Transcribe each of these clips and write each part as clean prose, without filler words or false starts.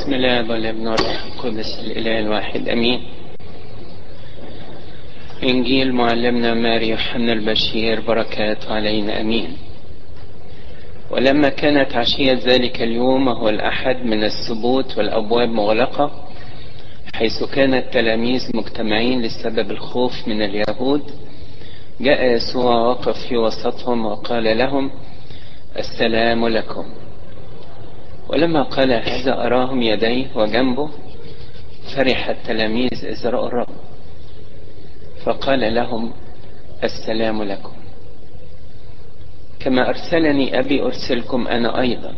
بسم الله والابن والروح القدس الإله الواحد أمين. إنجيل معلمنا ماري يوحنا البشير بركاته علينا أمين. ولما كانت عشية ذلك اليوم وهو الأحد من السبوت والأبواب مغلقة، حيث كان التلاميذ مجتمعين لسبب الخوف من اليهود، جاء يسوع وقف في وسطهم وقال لهم: السلام لكم. ولما قال هذا أراهم يديه وجنبه، فرح التلاميذ إذ رأوا الرب، فقال لهم: السلام لكم. كما أرسلني أبي أرسلكم أنا أيضا.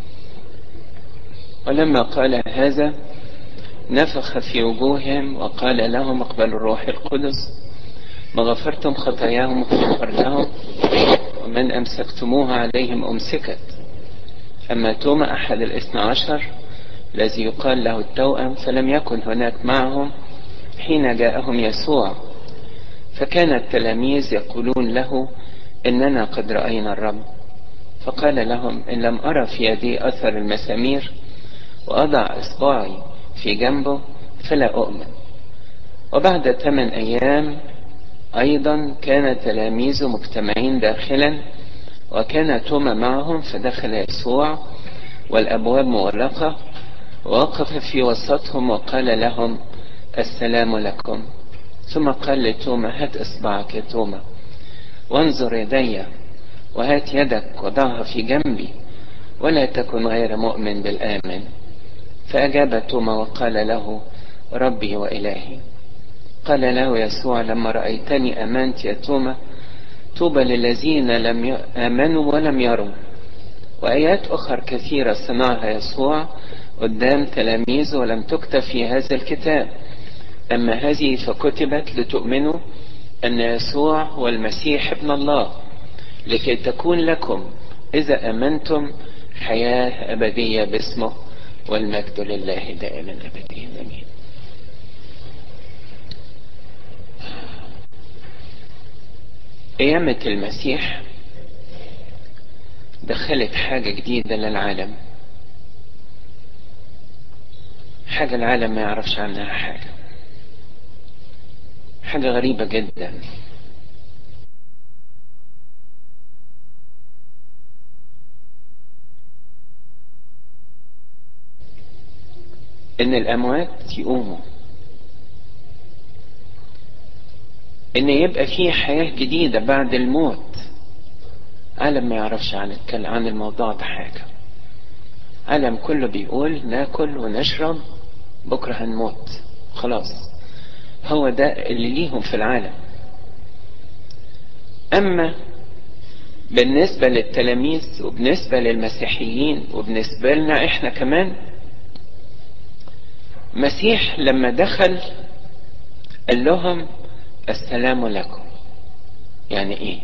ولما قال هذا نفخ في وجوههم وقال لهم: اقبلوا الروح القدس. ما غفرتم خطاياهم غفر لهم، ومن أمسكتموها عليهم أمسكت. أما توما أحد 12 الذي يقال له التوأم فلم يكن هناك معهم حين جاءهم يسوع. فكان التلاميذ يقولون له: إننا قد رأينا الرب. فقال لهم: إن لم أرى في يدي أثر المسامير وأضع إصبعي في جنبه فلا أؤمن. وبعد 8 أيام أيضا كان تلاميذ مجتمعين داخلا، وكان توما معهم. فدخل يسوع والأبواب مغلقة، ووقف في وسطهم وقال لهم: السلام لكم. ثم قال لتوما: هات إصبعك يا توما وانظر يدي، وهات يدك وضعها في جنبي، ولا تكن غير مؤمن بالآمن. فأجاب توما وقال له: ربي وإلهي. قال له يسوع: لما رأيتني آمنت يا توما. طوبى للذين لم آمنوا ولم يروا. وآيات أخرى كثيرة صنعها يسوع قدام تلاميذه ولم تكتب في هذا الكتاب، أما هذه فكتبت لتؤمنوا أن يسوع هو المسيح ابن الله، لكي تكون لكم إذا آمنتم حياة أبدية باسمه، والمجد لله دائما أبديا آمين. قيامة المسيح دخلت حاجة جديدة للعالم، حاجة العالم ما يعرفش عنها حاجة غريبة جدا. إن الأموات يقوموا، إن يبقى فيه حياة جديدة بعد الموت. عالم ما يعرفش عن الموضوع ده حاجة. عالم كله بيقول ناكل ونشرب بكرة هنموت خلاص، هو ده اللي ليهم في العالم. أما بالنسبة للتلاميذ وبالنسبة للمسيحيين وبالنسبة لنا إحنا كمان، مسيح لما دخل قال لهم: السلام لكم. يعني إيه؟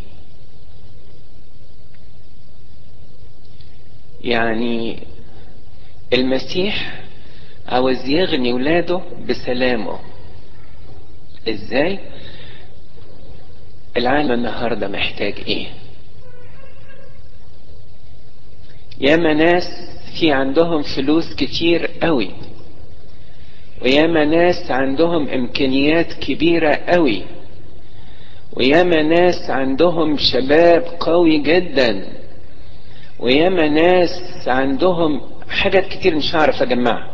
يعني المسيح عاوز يغني ولاده بسلامه. إزاي؟ العالم النهاردة محتاج إيه؟ ياما ناس في عندهم فلوس كتير قوي، وياما ناس عندهم إمكانيات كبيرة قوي، وياما ناس عندهم شباب قوي جدا، وياما ناس عندهم حاجات كتير مش هعرف أجمعها.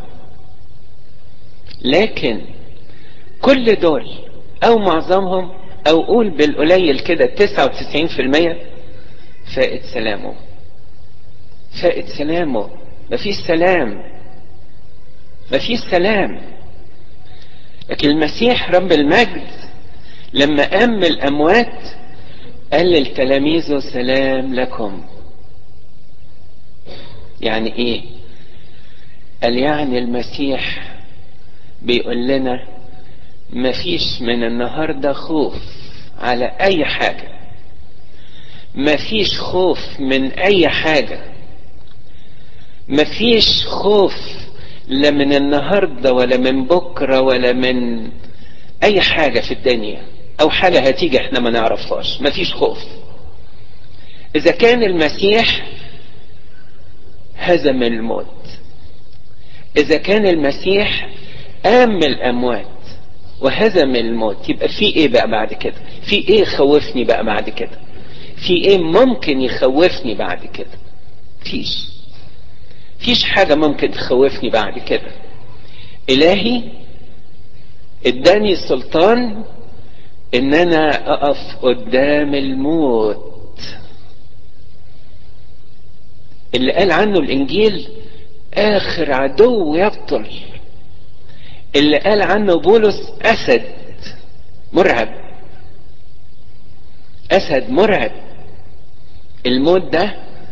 لكن كل دول أو معظمهم أو قول بالقليل كده 99% فائت سلامه. فائت سلامه، مفيش سلام، مفيش سلام. لكن المسيح رب المجد لما قام من الأموات قال للتلاميذ: سلام لكم. يعني ايه؟ قال يعني المسيح بيقول لنا مفيش من النهاردة خوف على اي حاجة، مفيش خوف من اي حاجة، مفيش خوف لا من النهاردة ولا من بكرة ولا من اي حاجة في الدنيا، او حاجة هتيجي احنا ما نعرفهاش. مفيش خوف. اذا كان المسيح هزم الموت، إذا كان المسيح قام من الأموات وهزم الموت، يبقى في إيه بقى بعد كده؟ في إيه يخوفني بقى بعد كده؟ في إيه ممكن يخوفني بعد كده؟ فيش حاجة ممكن تخوفني بعد كده. إلهي اداني السلطان إن أنا أقف قدام الموت اللي قال عنه الإنجيل آخر عدو يبطل، اللي قال عنه بولس أسد مرعب. أسد مرعب. الموت ده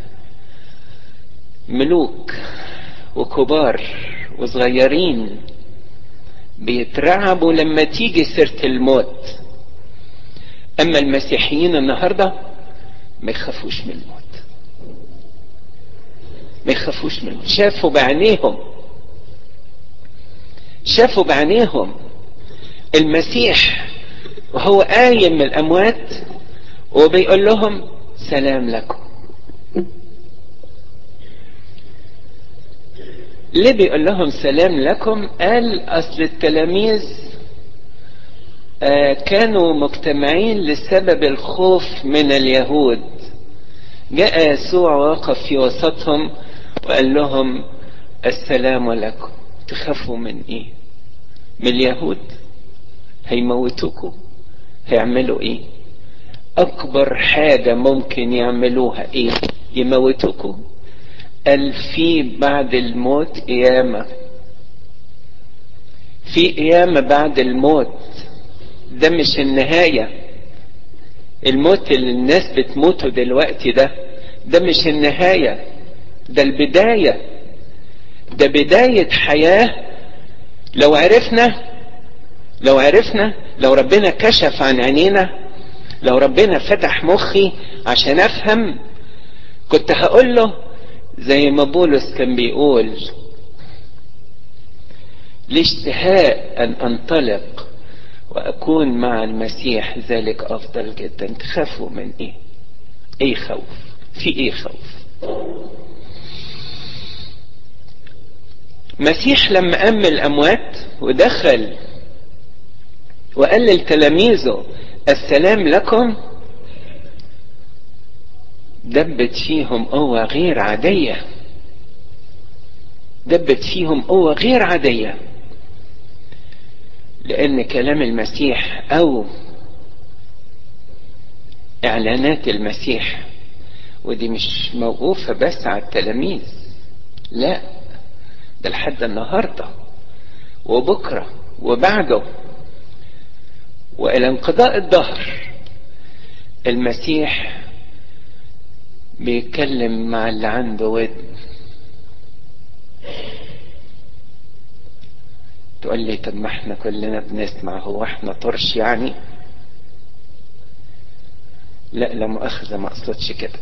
ملوك وكبار وصغيرين بيترعبوا لما تيجي سيرة الموت. أما المسيحيين النهاردة ما يخافوش من الموت، ما يخافوش من الموت. شافوا بعينيهم المسيح وهو قايم من الأموات وبيقول لهم سلام لكم. ليه بيقول لهم سلام لكم؟ قال أصل التلاميذ كانوا مجتمعين لسبب الخوف من اليهود. جاء يسوع ووقف في وسطهم وقال لهم السلام لكم. تخافوا من ايه؟ من اليهود؟ هيموتوكوا. هيعملوا ايه؟ اكبر حاجة ممكن يعملوها ايه؟ يموتوكوا. قال في بعد الموت قيامة، في قيامة بعد الموت. ده مش النهاية. الموت اللي الناس بتموته دلوقتي ده مش النهاية، ده البداية. ده بداية حياة. لو عرفنا لو ربنا كشف عن عينينا، لو ربنا فتح مخي عشان افهم، كنت هقول له زي ما بولس كان بيقول لي اشتهاء ان انطلق واكون مع المسيح ذلك افضل جدا. تخافوا من ايه؟ ايه خوف؟ في ايه خوف؟ مسيح لما قام من الاموات ودخل وقال لتلاميذه السلام لكم، دبت فيهم قوة غير عادية. دبت فيهم قوة غير عادية، لأن كلام المسيح أو إعلانات المسيح، ودي مش موقوفة بس على التلاميذ، لا، ده لحد النهاردة وبكرة وبعده وإلى انقضاء الدهر. المسيح بيتكلم مع اللي عنده ودن. تقول لي طب ما احنا كلنا بنسمع، هو احنا طرش يعني؟ لا مؤاخذة، ما اقصدش كده.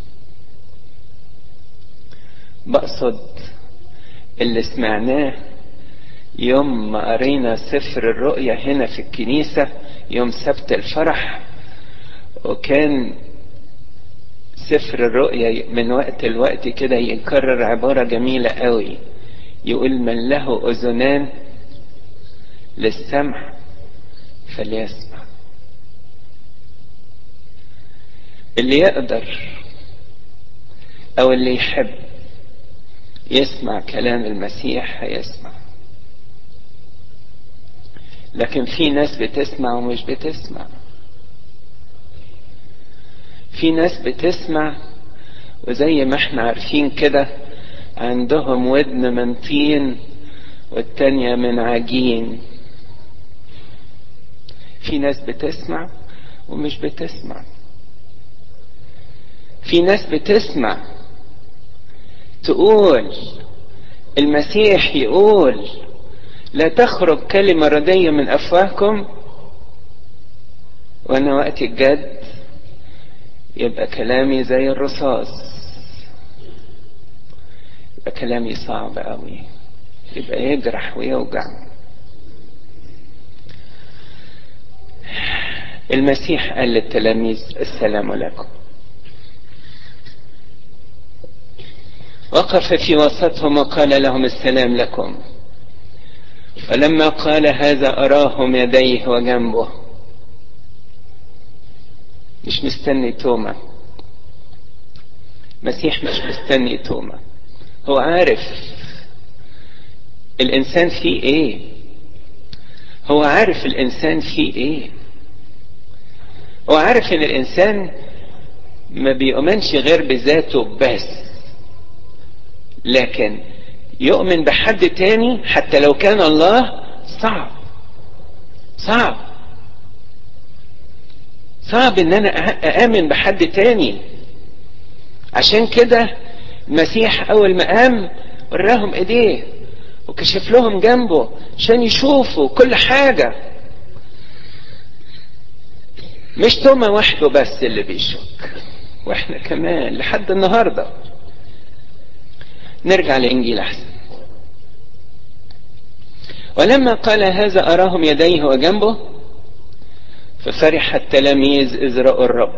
بقصد اللي سمعناه يوم ما قرينا سفر الرؤيا هنا في الكنيسة يوم سبت الفرح، وكان سفر الرؤيا من وقت لوقت كده يكرر عبارة جميلة قوي، يقول من له أذنان للسمع فليسمع. اللي يقدر أو اللي يحب يسمع كلام المسيح هيسمع. لكن في ناس بتسمع ومش بتسمع. في ناس بتسمع وزي ما احنا عارفين كده عندهم ودن من طين والتانية من عجين. في ناس بتسمع ومش بتسمع. في ناس بتسمع تقول المسيح يقول لا تخرج كلمة ردية من أفواهكم، وأنا وقت الجد يبقى كلامي زي الرصاص، يبقى كلامي صعب قوي، يبقى يجرح ويوجع. المسيح قال للتلاميذ السلام عليكم، وقف في وسطهم وقال لهم السلام لكم. فلما قال هذا أراهم يديه وجنبه. مش مستني توما، مسيح مش مستني توما، هو عارف الإنسان فيه إيه، هو عارف الإنسان فيه إيه، هو عارف إن الإنسان ما بيؤمنش غير بذاته بس، لكن يؤمن بحد تاني حتى لو كان الله صعب ان انا اامن بحد تاني. عشان كده المسيح اول ما قام وراهم ايديه وكشف لهم جنبه عشان يشوفوا كل حاجة. مش توما وحده بس اللي بيشك، واحنا كمان لحد النهاردة. نرجع لإنجيل أحسن. ولما قال هذا أراهم يديه وجنبه ففرح التلاميذ إذ رأوا الرب.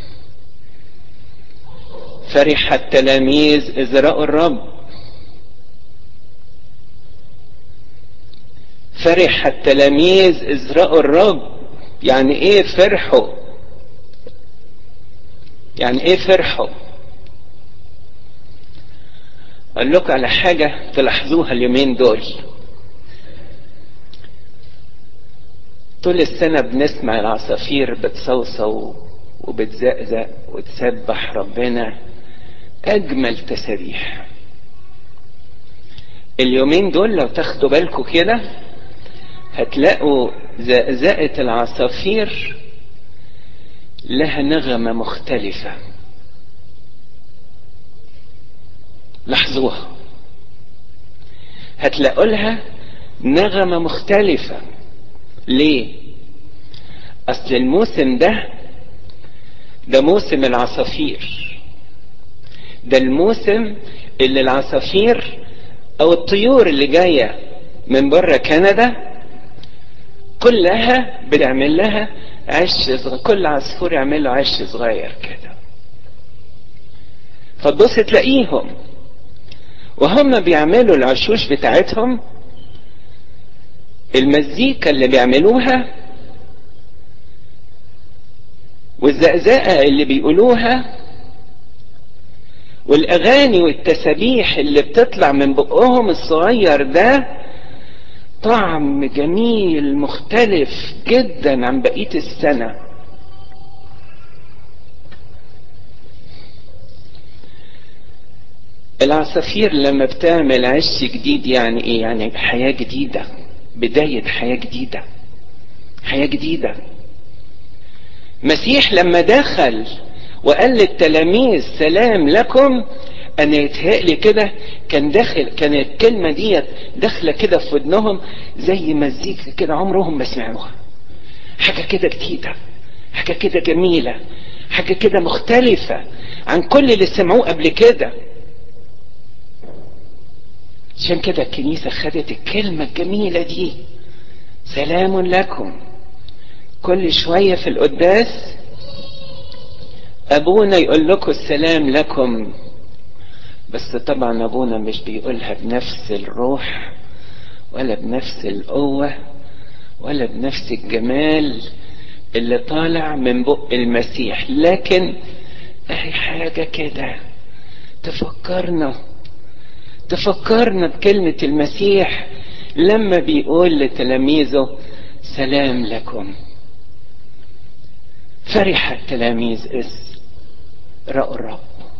فرح التلاميذ إذ رأوا الرب. فرح التلاميذ إذ رأوا الرب. يعني إيه فرحوا؟ يعني إيه فرحوا؟ أقول لكم على حاجة تلاحظوها اليومين دول. طول السنة بنسمع العصافير بتصوصو وبتزقزق وتسبح ربنا أجمل تسابيح. اليومين دول لو تاخدوا بالكم كده هتلاقوا زقزقة العصافير لها نغمة مختلفة. لاحظوها، هتلاقوا لها نغمة مختلفة. ليه؟ أصل الموسم ده موسم العصافير، ده الموسم اللي العصافير أو الطيور اللي جاية من بره كندا كلها بنعمل لها عش صغير، كل عصفور يعمل له عش صغير كده. فتبص تلاقيهم وهم بيعملوا العشوش بتاعتهم المزيكا اللي بيعملوها والزقزقة اللي بيقولوها والأغاني والتسابيح اللي بتطلع من بقهم الصغير ده طعم جميل مختلف جدا عن بقية السنة. العصافير لما بتعمل عش جديد يعني ايه؟ يعني حياة جديدة، بداية حياة جديدة، حياة جديدة. مسيح لما دخل وقال للتلاميذ سلام لكم، انا يتهيألي كده كان داخل، كان الكلمة دي داخلة كده في ودنهم زي مزيكا كده عمرهم ما سمعوها. حاجة كده جديدة، حاجة كده جميلة، حاجة كده مختلفة عن كل اللي سمعوه قبل كده. عشان كده الكنيسة خدت الكلمة الجميلة دي سلام لكم. كل شوية في القداس أبونا يقول لكم السلام لكم، بس طبعا أبونا مش بيقولها بنفس الروح ولا بنفس القوة ولا بنفس الجمال اللي طالع من بق المسيح، لكن اهي حاجة كده تفكرنا بكلمة المسيح لما بيقول لتلاميذه سلام لكم. فرح التلاميذ إذ رأوا الرب.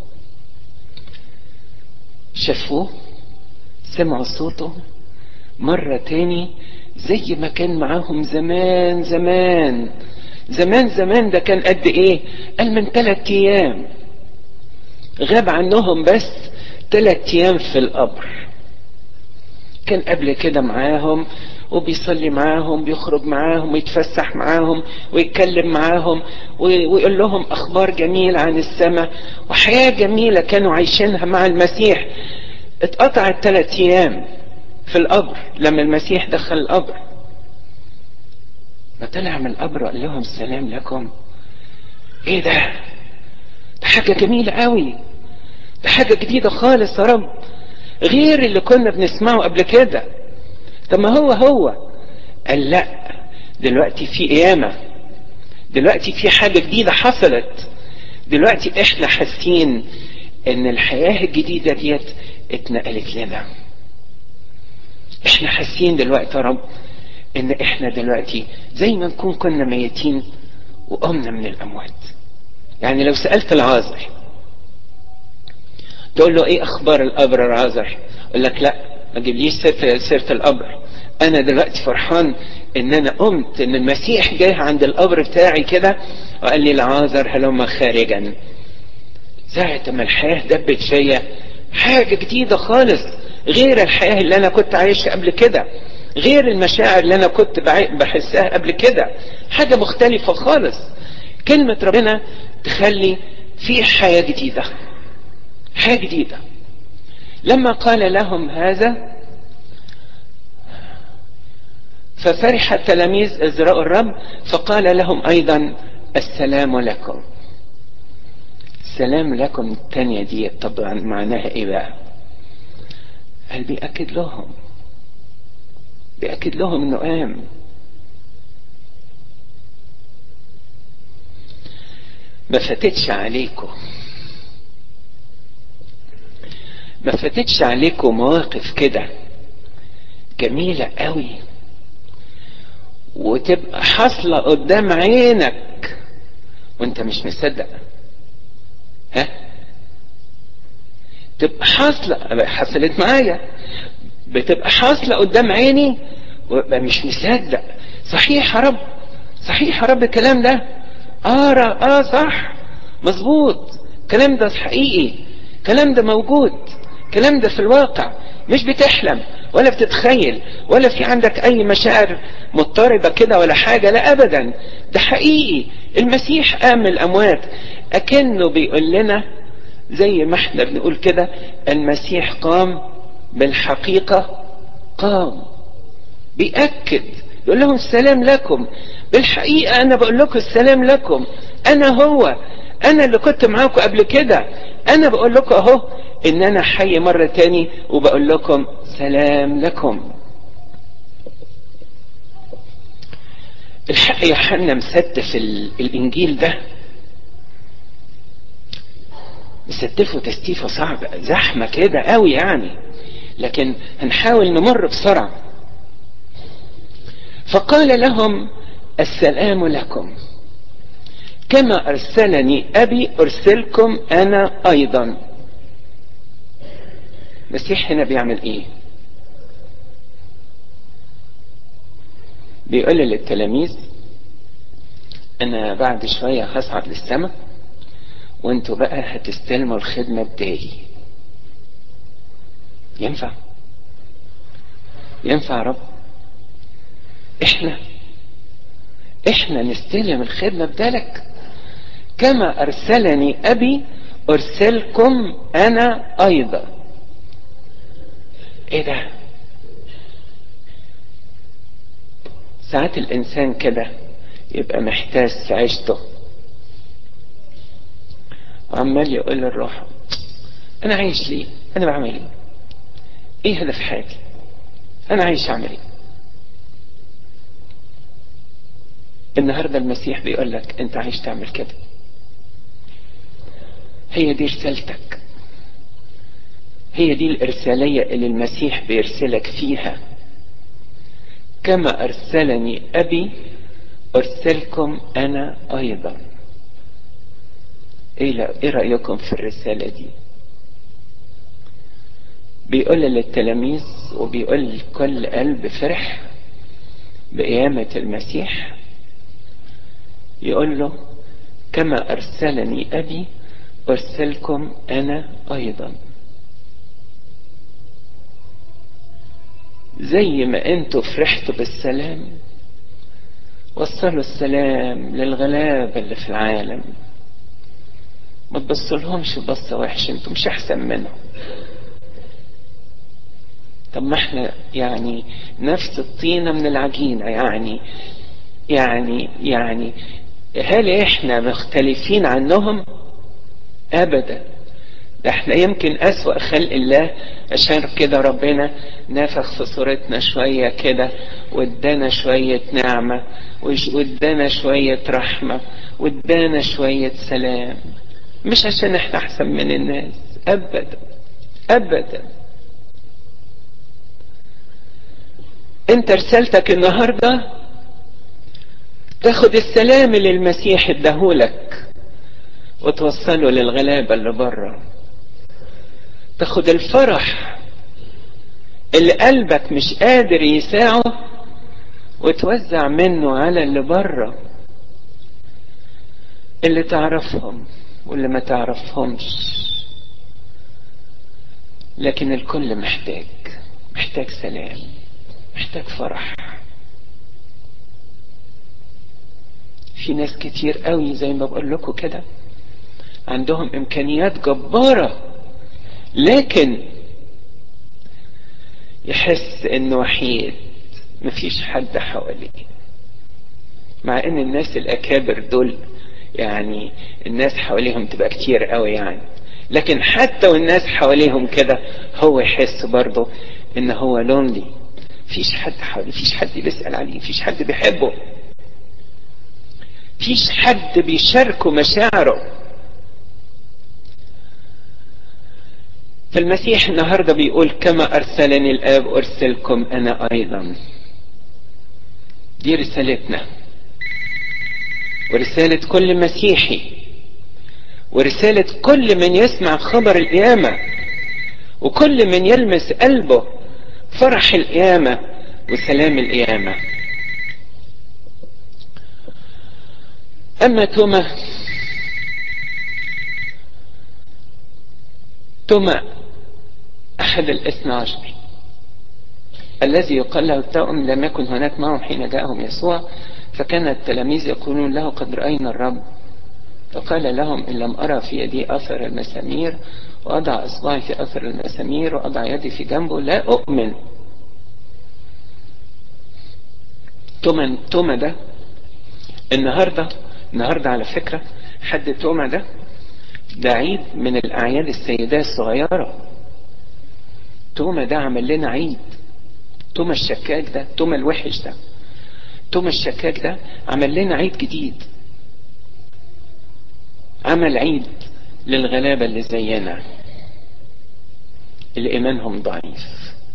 شافوه، سمعوا صوته مرة تاني زي ما كان معاهم زمان زمان زمان زمان. ده كان قد ايه؟ قال من 3 ايام، غاب عنهم بس 3 ايام في القبر. كان قبل كده معاهم وبيصلي معاهم، بيخرج معاهم ويتفسح معاهم ويتكلم معاهم ويقول لهم اخبار جميلة عن السماء وحياة جميلة كانوا عايشينها مع المسيح. اتقطعت 3 ايام في القبر لما المسيح دخل القبر. ما طلع من القبر وقال لهم السلام لكم. ايه ده؟ ده حاجة جميلة قوي. ده حاجة جديدة خالص يا رب، غير اللي كنا بنسمعه قبل كده. طب ما هو قال لا، دلوقتي في قيامة، دلوقتي في حاجة جديدة حصلت، دلوقتي احنا حاسين ان الحياة الجديدة ديت اتنقلت لنا. احنا حاسين دلوقتي يا رب ان احنا دلوقتي زي ما نكون كنا ميتين وقمنا من الاموات. يعني لو سألت العازر تقول له ايه اخبار القبر العازر، يقول لك لا ما تجيبليش سيرة القبر، انا دلوقتي فرحان ان انا قمت، ان المسيح جاي عند القبر بتاعي كده وقال لي العازر هلما خارجا. ساعة ما الحياة دبت فيا حاجة جديدة خالص، غير الحياة اللي انا كنت عايشها قبل كده، غير المشاعر اللي انا كنت بحسها قبل كده، حاجة مختلفة خالص. كلمة ربنا تخلي في حياة جديدة، حاجة جديدة. لما قال لهم هذا ففرح التلاميذ إذ رأوا الرب، فقال لهم أيضا السلام لكم. السلام لكم التانية دي طبعا معناها إيه بقى؟ قال بيأكد لهم إنه قام. ما فاتتش عليكم مواقف كده جميلة قوي وتبقى حاصلة قدام عينك وانت مش مصدق؟ ها؟ تبقى حصلت معايا، بتبقى حاصلة قدام عيني وابقى مش مصدق. صحيح يا رب، صحيح يا رب الكلام ده، صح مظبوط، الكلام ده حقيقي، الكلام ده موجود، الكلام ده في الواقع، مش بتحلم ولا بتتخيل ولا في عندك اي مشاعر مضطربة كده ولا حاجة، لا ابدا، ده حقيقي. المسيح قام من الاموات، اكنه بيقول لنا زي ما احنا بنقول كده المسيح قام بالحقيقة، قام بيأكد، يقول لهم السلام لكم، بالحقيقة انا بقول لكم السلام لكم، انا اللي كنت معاكم قبل كده، انا بقول لكم اهو ان انا حي مرة تاني وبقول لكم سلام لكم. الحق يوحنا مستف الانجيل ده، مستفه تستيفه صعب، زحمة كده قوي يعني، لكن هنحاول نمر بسرعة. فقال لهم السلام لكم، كما أرسلني أبي أرسلكم أنا أيضا. المسيح هنا بيعمل إيه؟ بيقول للتلاميذ أنا بعد شوية هصعد للسماء وانتوا بقى هتستلموا الخدمة بتاعي. ينفع يا رب احنا نستلم الخدمة بدالك؟ كما أرسلني أبي أرسلكم أنا أيضا. إيه ده؟ ساعات الإنسان كده يبقى محتاج في عيشته وعمال يقول للروح أنا عايش ليه؟ أنا بعمل إيه؟ إيه هدف حياتي؟ أنا عايش أعمل إيه؟ النهاردة المسيح بيقول لك أنت عايش تعمل كده، هي دي رسالتك، هي دي الإرسالية اللي المسيح بيرسلك فيها. كما أرسلني أبي أرسلكم أنا أيضا. إيه رأيكم في الرسالة دي؟ بيقول للتلاميذ وبيقول لكل قلب فرح بقيامة المسيح، يقول له كما أرسلني أبي أرسلكم أنا أيضا. زي ما أنتوا فرحتوا بالسلام وصلوا السلام للغلابة اللي في العالم، ما تبصلهمش بصة وحشة، انتوا مش أحسن منهم. طب ما احنا يعني نفس الطينة من العجينة، يعني هل احنا مختلفين عنهم؟ ابدا، ده احنا يمكن أسوأ خلق الله، عشان كده ربنا نفخ في صورتنا شوية كده، وادانا شوية نعمة، وادانا شوية رحمة، وادانا شوية سلام. مش عشان احنا احسن من الناس، ابدا ابدا. انت رسالتك النهاردة تاخد السلام اللي المسيح اداهولك وتوصله للغلابة اللي بره. تاخد الفرح اللي قلبك مش قادر يساعه وتوزع منه على اللي بره، اللي تعرفهم واللي ما تعرفهمش. لكن الكل محتاج سلام، محتاج فرح. في ناس كتير قوي زي ما بقول لكم كده عندهم امكانيات جبارة، لكن يحس انه وحيد، مفيش حد حواليه. مع ان الناس الاكابر دول يعني الناس حواليهم تبقى كتير قوي يعني، لكن حتى والناس حواليهم كده هو يحس برضه ان هو لونلي. مفيش حد حواليه، مفيش حد بيسأل عليه، مفيش حد بيحبه، مفيش حد بيشاركه مشاعره. فالمسيح النهارده بيقول كما ارسلني الاب ارسلكم انا ايضا. دي رسالتنا ورسالة كل مسيحي ورسالة كل من يسمع خبر القيامة وكل من يلمس قلبه فرح القيامة وسلام القيامة. اما توما احد الاثنى عشر الذي يقال له التوأم لم يكن هناك معهم حين جاءهم يسوع، فكان التلاميذ يقولون له قد رأينا الرب، فقال لهم إن لم أرى في يدي أثر المسامير وأضع إصبعي في أثر المسامير وأضع يدي في جنبه لا أؤمن. توما ده النهاردة على فكرة حد توما ده عيد من الأعياد السيدات الصغيرة. توما ده عمل لنا عيد. توما الشكاك ده، توما الوحش ده، توما الشكاك ده عمل لنا عيد جديد. عمل عيد للغلابة اللي زينا اللي إيمانهم ضعيف.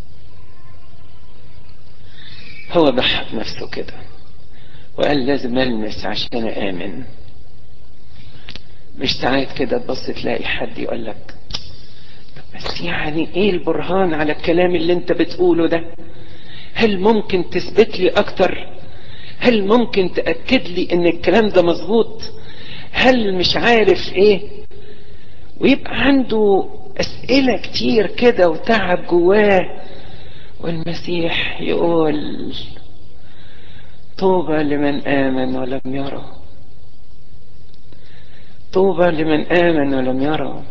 هو ضحى بنفسه كده وقال لازم ألمس عشان آمن. مش ساعات كده تبص تلاقي حد يقول لك بس يعني ايه البرهان على الكلام اللي انت بتقوله ده؟ هل ممكن تثبت لي اكتر؟ هل ممكن تأكد لي ان الكلام ده مظبوط؟ هل مش عارف ايه؟ ويبقى عنده اسئلة كتير كده وتعب جواه، والمسيح يقول طوبى لمن آمن ولم يرى. طوبى لمن آمن ولم يرى.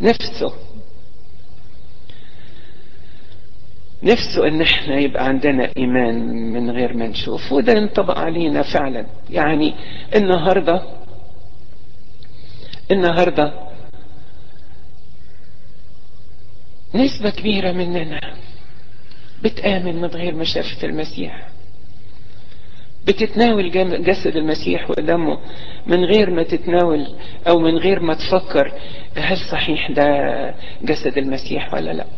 نفسه ان احنا يبقى عندنا ايمان من غير ما نشوف، وده ينطبق علينا فعلا. يعني النهاردة نسبة كبيرة مننا بتآمن من غير ما شافت المسيح، بتتناول جسد المسيح ودمه من غير ما تتناول او من غير ما تفكر هل صحيح ده جسد المسيح ولا لا.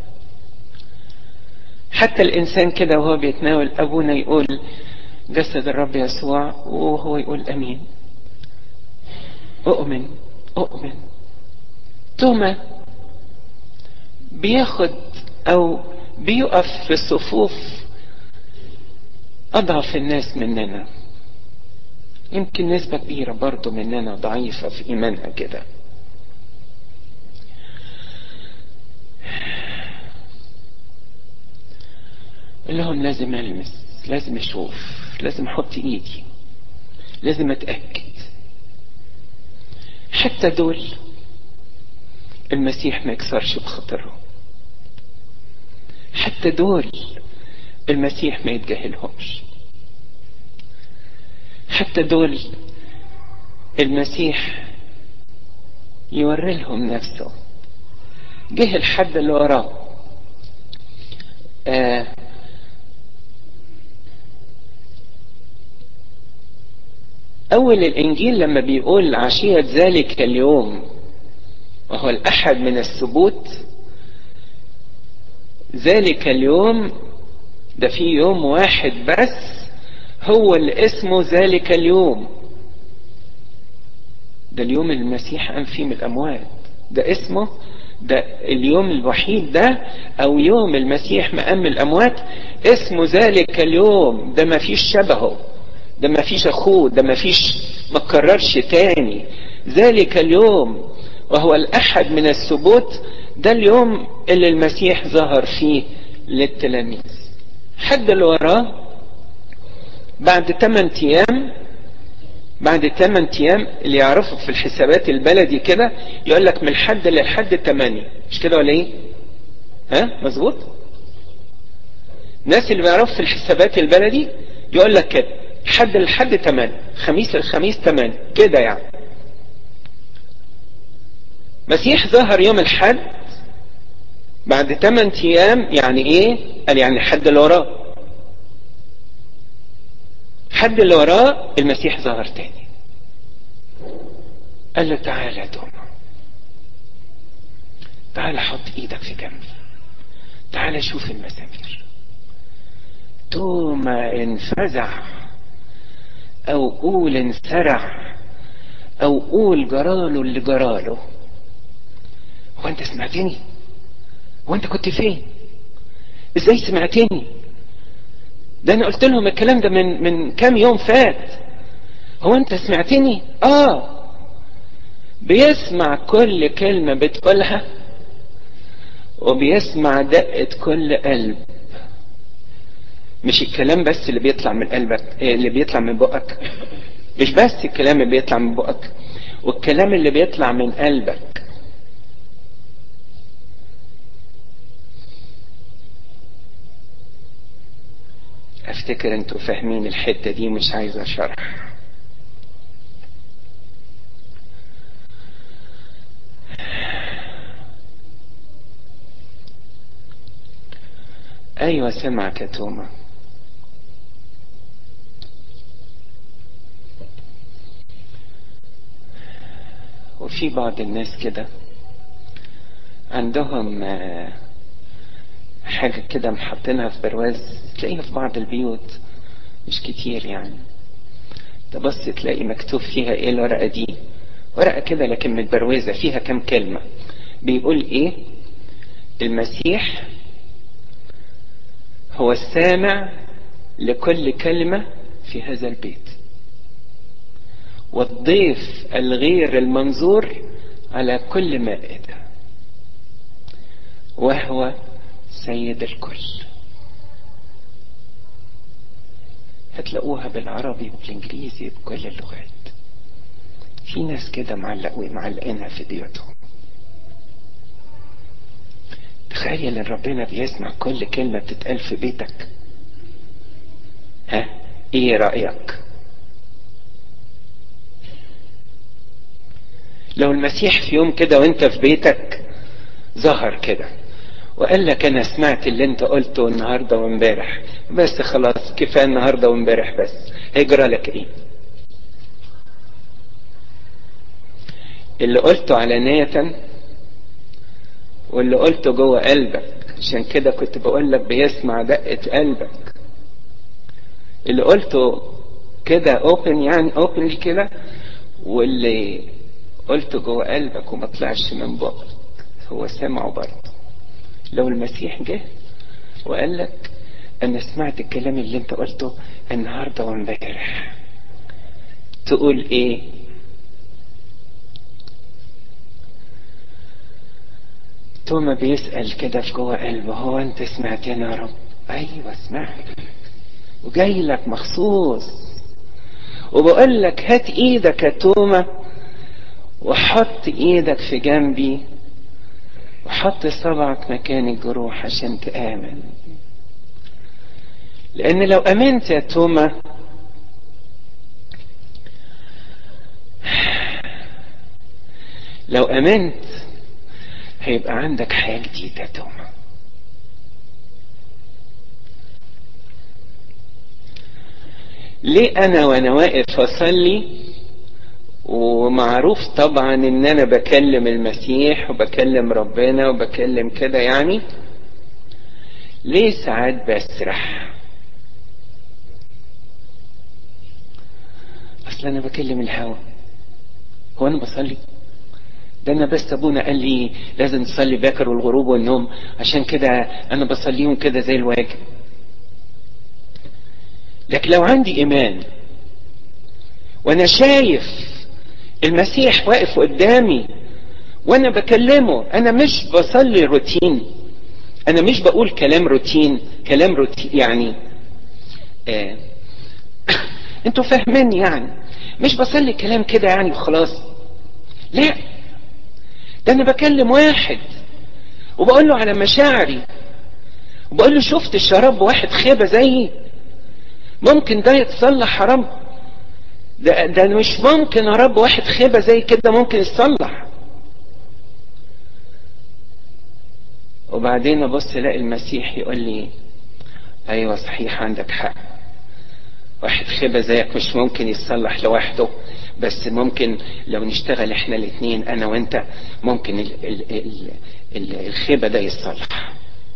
حتى الانسان كده وهو بيتناول ابونا يقول جسد الرب يسوع وهو يقول امين، اؤمن اؤمن. توما بياخد او بيقف في صفوف اضعف الناس مننا. يمكن نسبة كبيرة برضو مننا ضعيفة في ايمانها كده. لهم لازم ألمس، لازم أشوف، لازم أحط إيدي، لازم أتأكد. حتى دول المسيح ما يكسرش بخاطرهم، حتى دول المسيح ما يتجاهلهمش، حتى دول المسيح يوري لهم نفسه جه الحد اللي وراه. اول الانجيل لما بيقول عشية ذلك اليوم وهو الاحد من السبوت، ذلك اليوم ده في يوم واحد بس هو اللي اسمه ذلك اليوم، ده اليوم اللي المسيح قام فيه من الاموات، ده اسمه، ده اليوم الوحيد ده، او يوم المسيح ما قام من الاموات اسمه ذلك اليوم. ده ما فيش شبهه، ده ما فيش اخوه، ده ما فيش، ما تكررش تاني. ذلك اليوم وهو الاحد من السبوت، ده اليوم اللي المسيح ظهر فيه للتلاميذ. حد اللي وراه بعد 8 ايام، بعد 8 ايام اللي يعرفوا في الحسابات البلدي كده يقول لك من الحد للحد 8، مش كده ولا ايه؟ ها مظبوط؟ الناس اللي بيعرفوا في الحسابات البلدي يقول لك كده حد للحد 8، خميس للخميس 8 كده يعني. مسيح ظهر يوم الحد بعد 8 ايام، يعني ايه؟ قال يعني الحد اللي وراه، الحد اللي وراه المسيح ظهر تاني. قال له تعالى يا توما، تعالى حط ايدك في جنبي، تعالى شوف المسامير. توما انفزع، او قول انسرع، او قول جراله اللي جراله. هو انت سمعتني؟ هو انت كنت فين؟ ازاي سمعتني؟ ده انا قلت لهم الكلام ده من كام يوم فات. هو انت سمعتني؟ بيسمع كل كلمة بتقولها، وبيسمع دقة كل قلب. مش الكلام بس اللي بيطلع من قلبك، اللي بيطلع من بقك، مش بس الكلام اللي بيطلع من بقك، والكلام اللي بيطلع من قلبك. افتكر انتوا فاهمين الحتة دي، مش عايز اشرح. ايوه سمعك يا توما. وفي بعض الناس كده عندهم حاجة كده محطينها في برواز، تلاقيها في بعض البيوت، مش كتير يعني. تبص تلاقي مكتوب فيها ايه الورقة دي، ورقة كده لكن متبروزة فيها كام كلمة. بيقول ايه؟ المسيح هو السامع لكل كلمة في هذا البيت، والضيف الغير المنظور على كل مائدة، وهو سيد الكل. هتلاقوها بالعربي وبالانجليزي بكل اللغات. في ناس كده معلقينها في بيوتهم. تخيل ان ربنا بيسمع كل كلمة بتتقال في بيتك. ها ايه رأيك؟ لو المسيح في يوم كده وانت في بيتك ظهر كده وقال لك انا سمعت اللي انت قلته النهاردة وامبارح، بس خلاص كفاية النهاردة وامبارح، بس هيجرى لك ايه؟ اللي قلته علانية واللي قلته جوه قلبك، عشان كده كنت بقول لك بيسمع دقة قلبك. اللي قلته كده اوبن، يعني اوبن كده، واللي قلته جوه قلبك وما طلعش من بقك هو سمعه برضه. لو المسيح جه وقال لك انا سمعت الكلام اللي انت قلته النهارده وامبارح، تقول ايه؟ توما بيسأل كده في جوه قلبه، هو انت سمعتني يا رب؟ ايوه سمعت، وجاي لك مخصوص وبقول لك هات ايدك يا توما وحط ايدك في جنبي وحط صبعك مكان الجروح عشان تآمن. لان لو امنت يا توما، لو امنت هيبقى عندك حياة جديدة يا توما. ليه انا وانا واقف اصلي ومعروف طبعا ان انا بكلم المسيح وبكلم ربنا وبكلم كده يعني، ليه ساعات بسرح؟ اصل انا بكلم الهوى. هو انا بصلي؟ ده انا بس ابونا قال لي لازم تصلي باكر والغروب والنوم، عشان كده انا بصليهم كده زي الواجب. لكن لو عندي ايمان وانا شايف المسيح واقف قدامي وانا بكلمه، انا مش بصلي روتين، انا مش بقول كلام روتين يعني آه انتوا فاهميني يعني، مش بصلي كلام كده يعني وخلاص. لا، ده انا بكلم واحد وبقول له على مشاعري، وبقول له شفت الشراب واحد خيبة زيي، ممكن ده يتصلح؟ حرام، ده مش ممكن يا رب واحد خيبة زي كده ممكن يتصلح. وبعدين ابص الاقي المسيح يقول لي ايوه صحيح عندك حق، واحد خيبة زيك مش ممكن يتصلح لوحده، بس ممكن لو نشتغل احنا الاثنين انا وانت ممكن الخيبة ده يتصلح.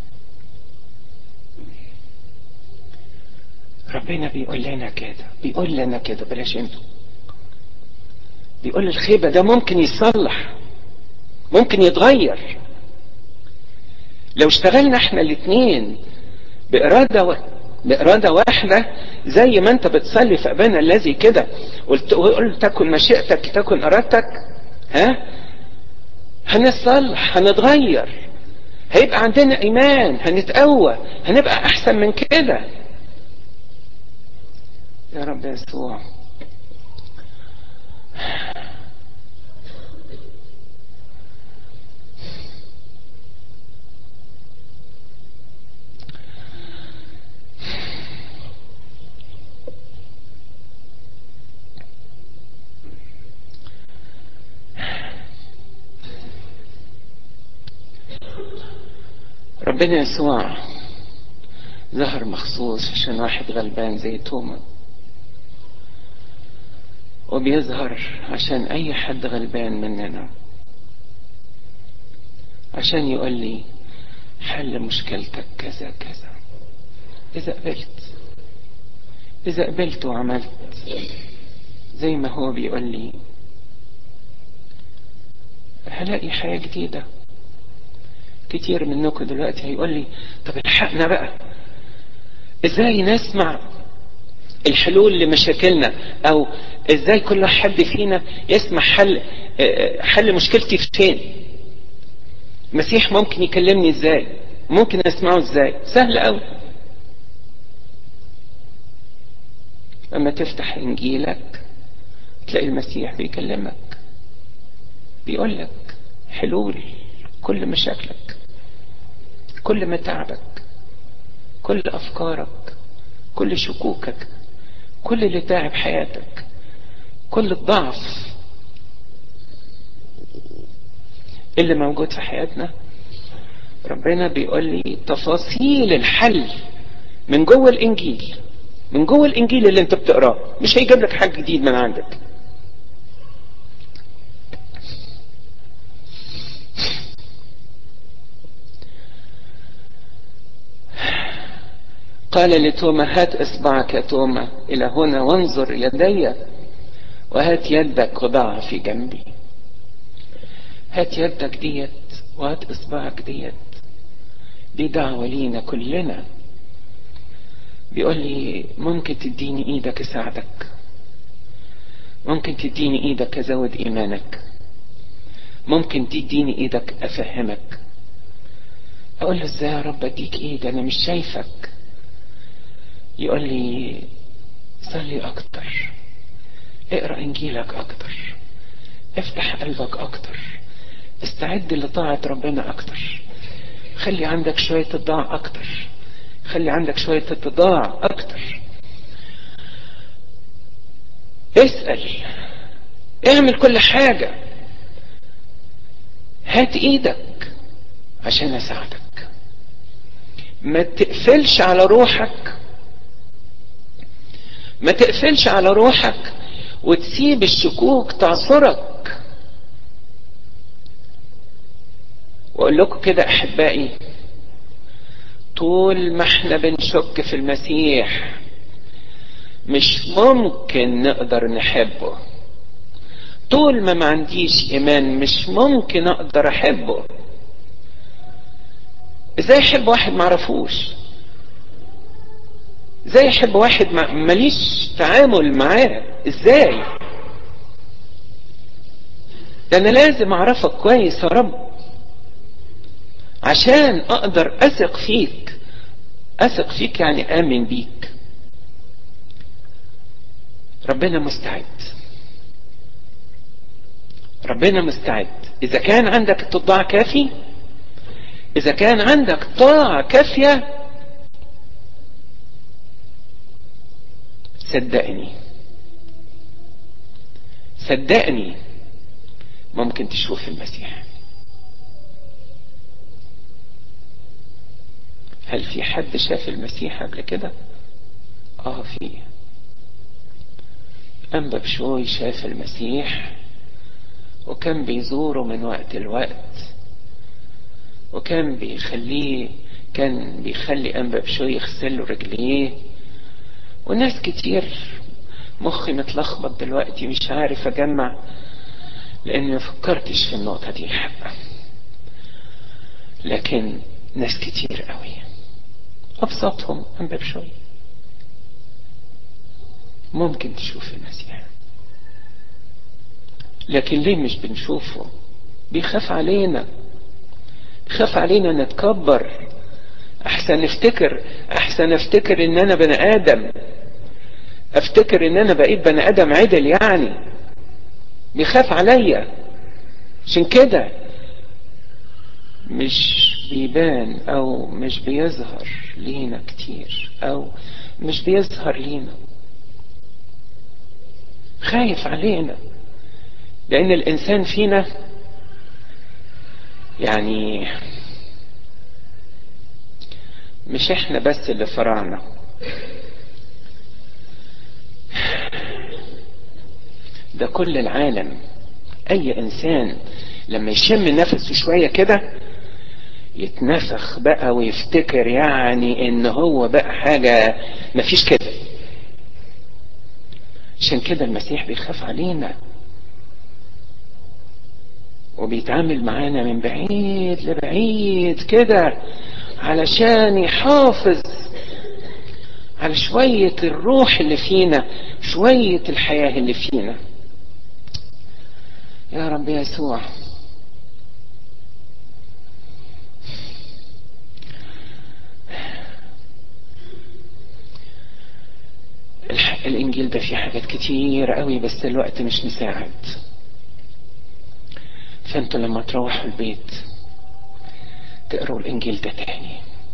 ربنا بيقول لنا كده بلاش انتوا، بيقول الخيبة ده ممكن يتصلح، ممكن يتغير لو اشتغلنا احنا الاثنين بإرادة واحدة، زي ما انت بتصلي في ابانا الذي كده قلت تكن مشيئتك تكن ارادتك، هنصلح، هنتغير، هيبقى عندنا ايمان، هنتقوى، هنبقى احسن من كده. يا رب يسوع. ربنا يسوع ظهر مخصوص عشان واحد غلبان زي توما، وبيظهر عشان اي حد غلبان مننا، عشان يقول لي حل مشكلتك كذا كذا. اذا قبلت وعملت زي ما هو بيقول لي، هلاقي حياة جديدة. كتير منكم دلوقتي هيقول لي طب الحقنا بقى، ازاي نسمع الحلول لمشاكلنا، او ازاي كل حد فينا يسمع حل مشكلتي فين؟ المسيح ممكن يكلمني ازاي؟ ممكن اسمعه ازاي؟ سهل قوي. لما تفتح انجيلك تلاقي المسيح بيكلمك، بيقول لك حلول كل مشاكلك، كل متاعبك، كل افكارك، كل شكوكك، كل اللي تعب حياتك، كل الضعف اللي موجود في حياتنا. ربنا بيقول لي تفاصيل الحل من جوه الانجيل، من جوه الانجيل اللي انت بتقراه، مش هيجيب لك حاجه جديد من عندك. قال لتوما هات اصبعك يا توما الى هنا وانظر يدي، وهات يدك وضعها في جنبي. هات يدك ديت وهات اصبعك ديت، دي دعوة لينا كلنا. بيقول لي ممكن تديني ايدك اساعدك، ممكن تديني ايدك ازود ايمانك، ممكن تديني ايدك افهمك. اقول له ازاي يا رب اديك ايد انا مش شايفك؟ يقول لي صلي اكتر، اقرأ انجيلك اكتر، افتح قلبك اكتر، استعد لطاعة ربنا اكتر، خلي عندك شوية اتضاع اكتر، خلي عندك شوية اتضاع اكتر، اسأل، اعمل كل حاجة، هات ايدك عشان اساعدك. ما تقفلش على روحك، ما تقفلش على روحك وتسيب الشكوك تعصرك. واقول لكم كده احبائي، طول ما احنا بنشك في المسيح مش ممكن نقدر نحبه. طول ما عنديش ايمان مش ممكن اقدر احبه. ازاي احب واحد معرفوش؟ ازاي احب واحد ماليش تعامل معاه؟ ازاي؟ ده انا لازم اعرفك كويس يا رب عشان اقدر اثق فيك. اثق فيك يعني امن بيك. ربنا مستعد، ربنا مستعد. اذا كان عندك اتضاع كافي، اذا كان عندك طاعة كافية، صدقني صدقني ممكن تشوف المسيح. هل في حد شاف المسيح قبل كده؟ في أنبا بشوي شاف المسيح وكان بيزوره من وقت لوقت، وكان بيخلي أنبا بشوي يغسل له رجليه. وناس كتير، مخي متلخبط دلوقتي مش عارف اجمع لاني ما فكرتش في النقطة دي حقا، لكن ناس كتير قوي ابسطهم أنبا بشوي ممكن تشوف المسيح. لكن ليه مش بنشوفه؟ بيخاف علينا، بيخاف علينا نتكبر. احسن افتكر ان انا بني ادم، افتكر ان انا بقيت بني ادم عدل يعني. بيخاف عليا، عشان كده مش بيبان او مش بيظهر لينا كتير، او مش بيظهر لينا. خايف علينا لان الانسان فينا يعني مش احنا بس اللي فرعنا، ده كل العالم. اي انسان لما يشم نفسه شوية كده يتنفخ بقى ويفتكر يعني ان هو بقى حاجة مفيش كده. عشان كده المسيح بيخاف علينا وبيتعامل معانا من بعيد لبعيد كده علشان يحافظ على شوية الروح اللي فينا، شوية الحياة اللي فينا. يا رب يسوع، الانجيل ده فيه حاجات كتير قوي بس الوقت مش مساعد. فانتوا لما تروحوا البيت تقروا الانجيل ده تاني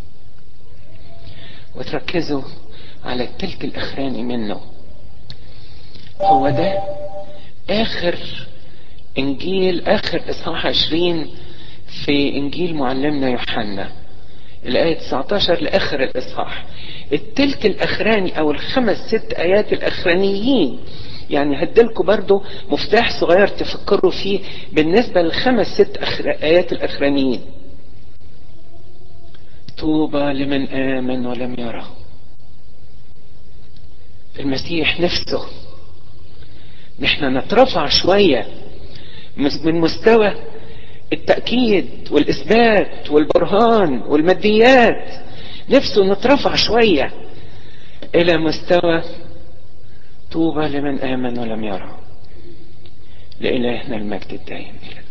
وتركزوا على التلت الاخراني منه. هو ده اخر انجيل، اخر اصحاح 20 في انجيل معلمنا يوحنا، الايه 19 لاخر الاصحاح. التلت الاخراني او الخمس ست ايات الاخرانيين، يعني هدلكوا برضو مفتاح صغير تفكروا فيه بالنسبة للخمس ست ايات الاخرانيين. طوبى لمن امن ولم يرى. المسيح نفسه نحن نترفع شوية من مستوى التأكيد والإثبات والبرهان والماديات، نفسه نترفع شوية إلى مستوى طوبى لمن آمن ولم يرى. لإلهنا المجد الدائم إلى